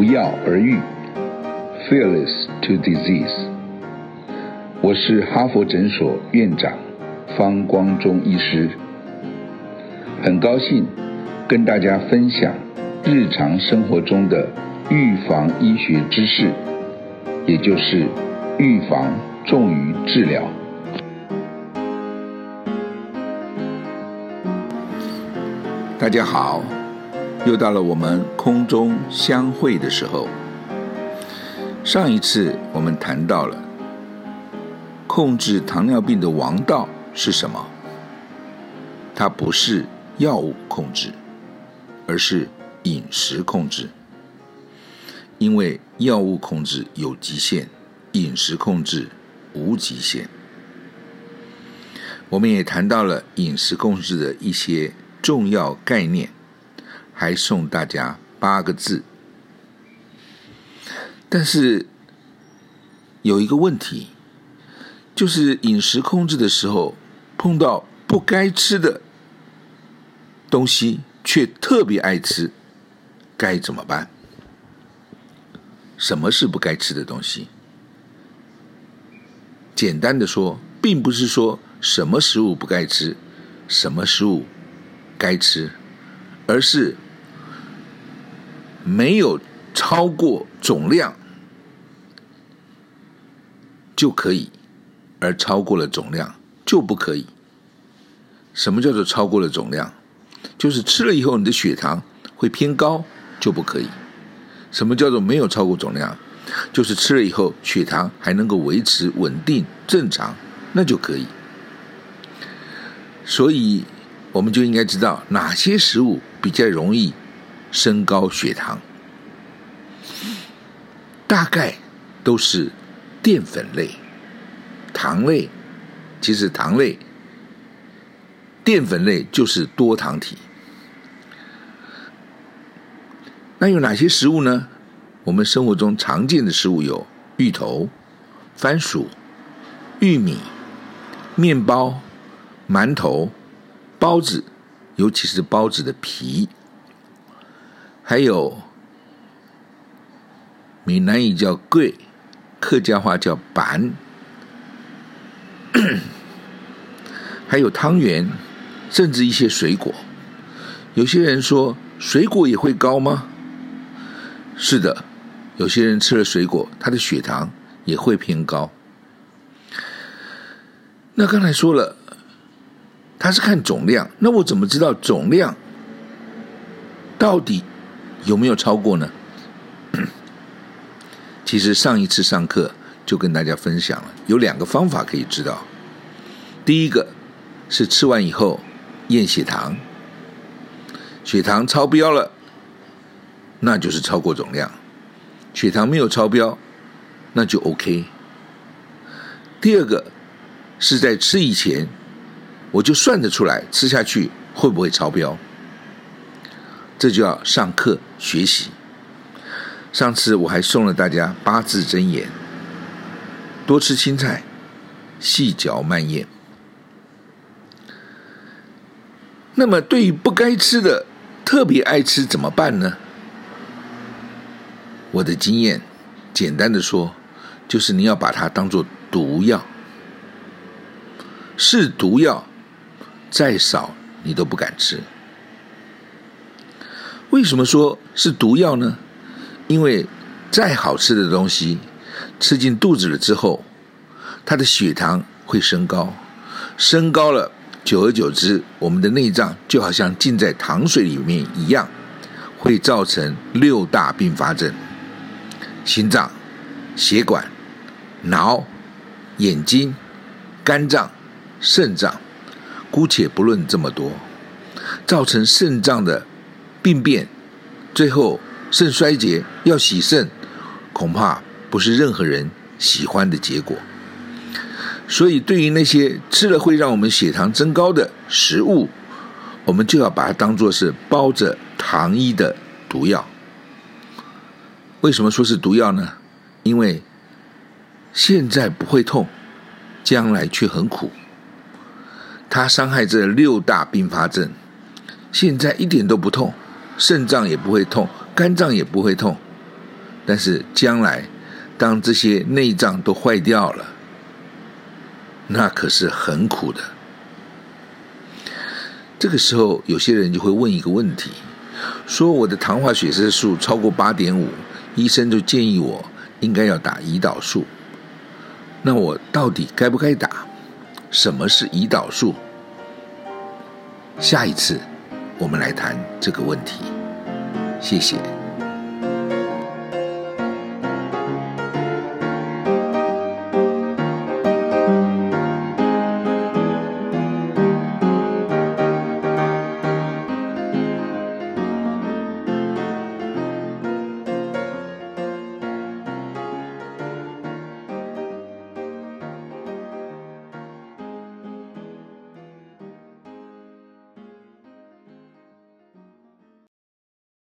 不药而愈 Fearless to Disease。 我是哈佛诊所院长方光中医师，很高兴跟大家分享日常生活中的预防医学知识，也就是预防重于治疗。大家好，又到了我们空中相会的时候。上一次我们谈到了控制糖尿病的王道是什么？它不是药物控制，而是饮食控制。因为药物控制有极限，饮食控制无极限。我们也谈到了饮食控制的一些重要概念，还送大家8个字。但是有一个问题，就是饮食控制的时候碰到不该吃的东西却特别爱吃，该怎么办？什么是不该吃的东西？简单的说，并不是说什么食物不该吃，什么食物该吃，而是没有超过总量就可以，而超过了总量就不可以。什么叫做超过了总量？就是吃了以后你的血糖会偏高，就不可以。什么叫做没有超过总量？就是吃了以后血糖还能够维持稳定正常，那就可以。所以我们就应该知道哪些食物比较容易升高血糖，大概都是淀粉类、糖类。其实糖类、淀粉类就是多糖体。那有哪些食物呢？我们生活中常见的食物有芋头、番薯、玉米、面包、馒头、包子，尤其是包子的皮，还有闽南语叫粿，客家话叫板，还有汤圆，甚至一些水果。有些人说水果也会高吗？是的，有些人吃了水果，他的血糖也会偏高。那刚才说了，他是看总量，那我怎么知道总量到底有没有超过呢？其实上一次上课就跟大家分享了，有2个方法可以知道。第一个是吃完以后验血糖，血糖超标了，那就是超过总量；血糖没有超标，那就 OK。第二个是在吃以前我就算得出来吃下去会不会超标，这就要上课学习。上次我还送了大家8字真言：多吃青菜，细嚼慢咽。那么对于不该吃的特别爱吃怎么办呢？我的经验简单的说，就是你要把它当作毒药，是毒药再少你都不敢吃。为什么说是毒药呢？因为再好吃的东西吃进肚子了之后，它的血糖会升高，升高了，久而久之我们的内脏就好像浸在糖水里面一样，会造成6大并发症：心脏、血管、脑、眼睛、肝脏、肾脏，姑且不论这么多，造成肾脏的病变，最后肾衰竭，要洗肾，恐怕不是任何人喜欢的结果。所以对于那些吃了会让我们血糖增高的食物，我们就要把它当作是包着糖衣的毒药。为什么说是毒药呢？因为现在不会痛，将来却很苦。它伤害这6大并发症，现在一点都不痛，肾脏也不会痛，肝脏也不会痛， 但是将来当这些内脏都坏掉了，那可是很苦的。这个时候有些人就会问一个问题，说我的糖化血色素超过 8.5， 医生就建议我应该要打胰岛素，那我到底该不该打？什么是胰岛素？下一次我们来谈这个问题。谢谢。